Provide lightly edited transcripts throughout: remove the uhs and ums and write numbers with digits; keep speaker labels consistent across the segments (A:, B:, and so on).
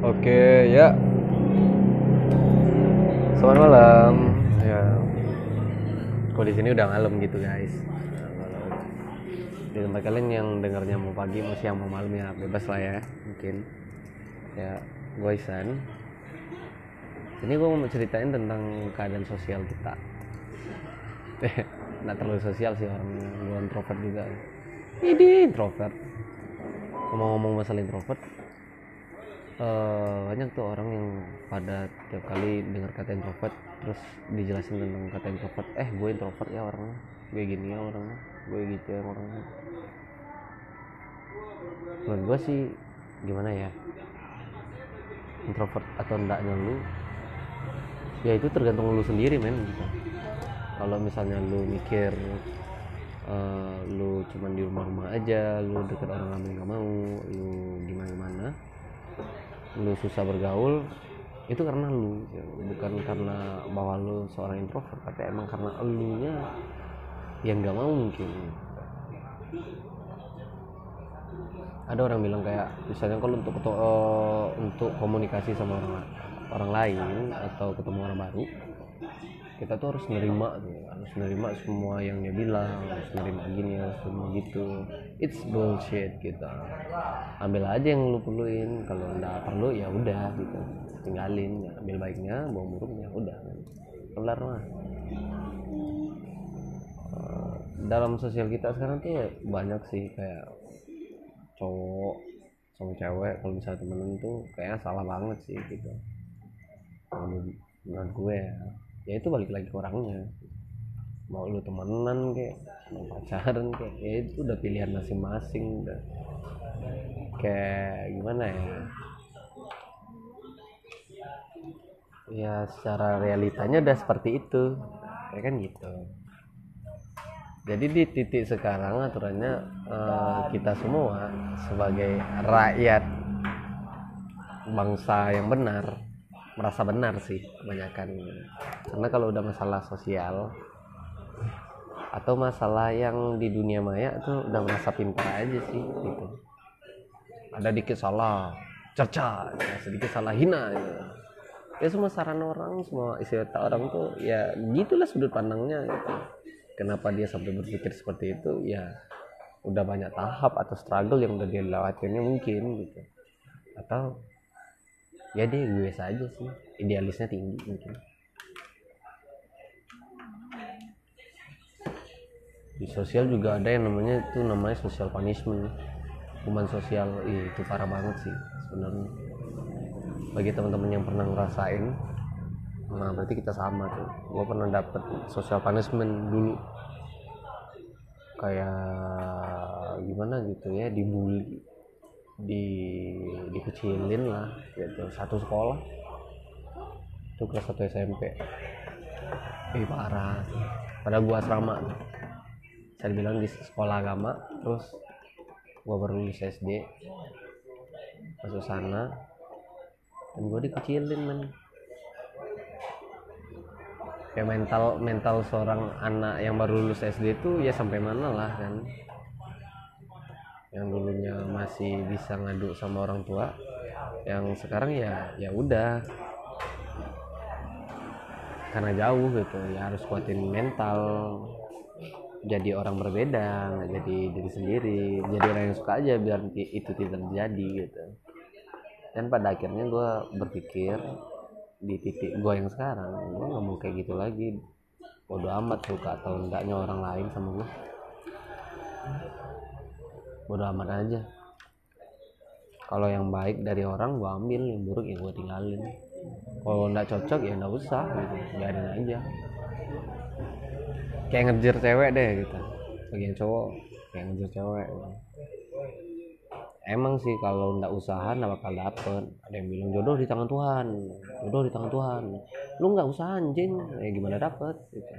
A: Oke, ya. Selamat malam. Ya. Kok di sini udah malam gitu, guys. Nah, kalau di tempat kalian yang dengarnya mau pagi, mau siang, mau malam ya bebas lah ya, mungkin. Ya, gue Isan. Ini gue mau ceritain tentang keadaan sosial kita. Nggak terlalu sosial sih orangnya. Gue introvert juga. Ini introvert. Ngomong-ngomong masalah introvert, banyak tuh orang yang pada tiap kali dengar kata introvert terus dijelasin tentang kata introvert, gue introvert ya orangnya, gue gini ya orangnya, gue gitu ya orangnya. Menurut gue sih gimana ya, introvert atau enggaknya lu ya itu tergantung lu sendiri men gitu. Kalau misalnya lu mikir lu cuman di rumah-rumah aja, lu deket orang lama nggak mau, lu gimana-gimana, lu susah bergaul, itu karena lu ya, bukan karena bahwa lu seorang introvert, tapi emang karena elunya yang nggak mau mungkin. Ada orang bilang kayak misalnya kalau untuk komunikasi sama orang lain atau ketemu orang baru, kita tuh harus nerima semua yang dia bilang, harus nerima gini, harus semua gitu. It's bullshit gitu. Ambil aja yang lu perluin, kalau nggak perlu ya udah gitu, tinggalin ya, ambil baiknya, bawa buruknya, udah kelar mah. Dalam sosial kita sekarang tuh ya banyak sih kayak cowok sama cewek kalau misalnya temenan tuh kayaknya salah banget sih gitu. Menurut gue ya itu balik lagi ke orangnya, mau lu temenan kayak mau pacaran kayak ya itu udah pilihan masing-masing, udah kayak gimana ya secara realitanya udah seperti itu ya kan gitu. Jadi di titik sekarang aturannya, kita semua sebagai rakyat bangsa yang benar merasa benar sih kebanyakan, karena kalau udah masalah sosial atau masalah yang di dunia maya tuh udah merasa pintar aja sih gitu. Ada dikit salah cerca ya, sedikit salah hina ya semua saran orang, semua isi otak orang tuh ya gitulah sudut pandangnya gitu. Kenapa dia sampai berpikir seperti itu ya udah banyak tahap atau struggle yang udah dia lewatinnya mungkin gitu, atau ya dia gue saja sih idealisnya tinggi mungkin. Di sosial juga ada yang namanya social punishment, hukuman sosial. Itu parah banget sih sebenarnya. Bagi teman-teman yang pernah ngerasain, nah berarti kita sama tuh. Gue pernah dapet social punishment dulu, kayak gimana gitu ya, dibully, dikecilin lah gitu, satu sekolah itu kelas 1 SMP. Parah, pada gua asrama tuh, saya bilang di sekolah agama, terus gua baru lulus SD masuk sana dan gua dikecilin men. Kayak mental seorang anak yang baru lulus SD itu ya sampai mana lah kan, yang dulunya masih bisa ngadu sama orang tua, yang sekarang ya udah karena jauh gitu ya harus kuatin mental, jadi orang berbeda, nggak jadi diri sendiri, jadi orang yang suka aja biar itu tidak terjadi gitu. Dan pada akhirnya gue berpikir di titik gue yang sekarang, gue nggak mau kayak gitu lagi. Bodo amat suka atau enggaknya orang lain sama gue, bodo amat aja. Kalau yang baik dari orang gue ambil, yang buruk ya gue tinggalin. Kalau nggak cocok ya nggak usah gitu, biarin aja. Kayak ngejar cewek deh gitu, bagian cowok kayak ngejar cewek gitu. Emang sih kalau nggak usaha nggak bakal dapet. Ada yang bilang jodoh di tangan Tuhan, jodoh di tangan Tuhan. Lu nggak usaha anjing ya gimana dapet gitu.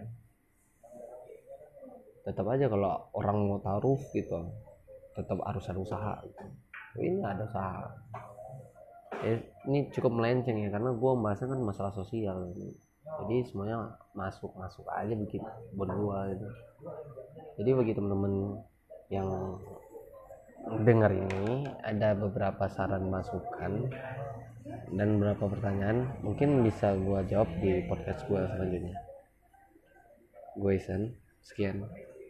A: Tetap aja kalau orang mau taruh gitu tetap harus ada usaha gitu. Ini nggak ada usaha. Ini cukup melenceng ya karena gue membahasnya kan masalah sosial, jadi semuanya masuk aja bikin buat gue gitu. Jadi bagi temen-temen yang dengar ini, ada beberapa saran masukan dan beberapa pertanyaan mungkin bisa gue jawab di podcast gue selanjutnya. Gue Isen, sekian.